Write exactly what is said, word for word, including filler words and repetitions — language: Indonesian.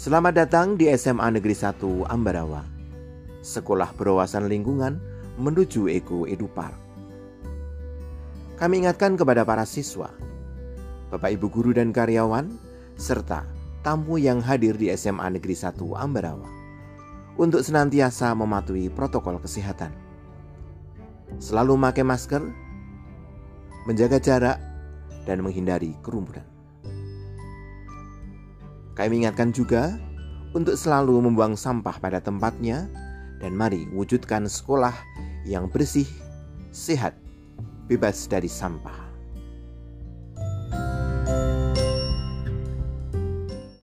Selamat datang di S M A Negeri satu Ambarawa, sekolah berwawasan lingkungan menuju Eko Edupar. Kami ingatkan kepada para siswa, Bapak Ibu guru dan karyawan, serta tamu yang hadir di S M A Negeri satu Ambarawa untuk senantiasa mematuhi protokol kesehatan. Selalu memakai masker, menjaga jarak, dan menghindari kerumunan. Kami ingatkan juga untuk selalu membuang sampah pada tempatnya dan mari wujudkan sekolah yang bersih, sehat, bebas dari sampah.